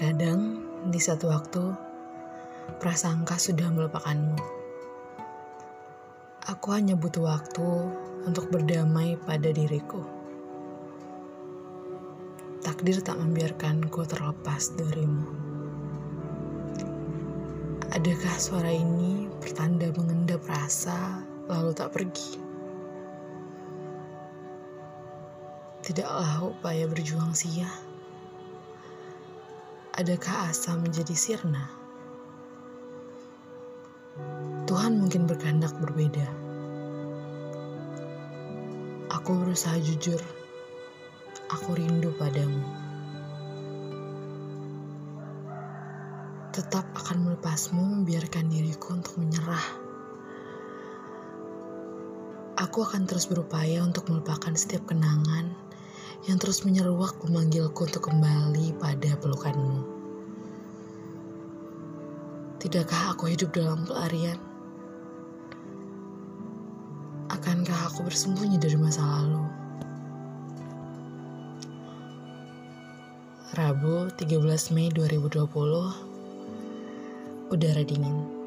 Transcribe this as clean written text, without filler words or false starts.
Terkadang, di satu waktu, prasangka sudah melupakanmu. Aku hanya butuh waktu untuk berdamai pada diriku. Takdir tak membiarkanku terlepas darimu. Adakah suara ini pertanda mengendap rasa lalu tak pergi? Tidaklah upaya berjuang sia. Adakah asa menjadi sirna? Tuhan mungkin berkehendak berbeda. Aku berusaha jujur. Aku rindu padamu. Tetap akan melepasmu, membiarkan diriku untuk menyerah. Aku akan terus berupaya untuk melupakan setiap kenangan yang terus menyeruak memanggilku untuk kembali pada pelukanmu. Tidakkah aku hidup dalam pelarian? Akankah aku bersembunyi dari masa lalu? Rabu 13 Mei 2020, udara dingin.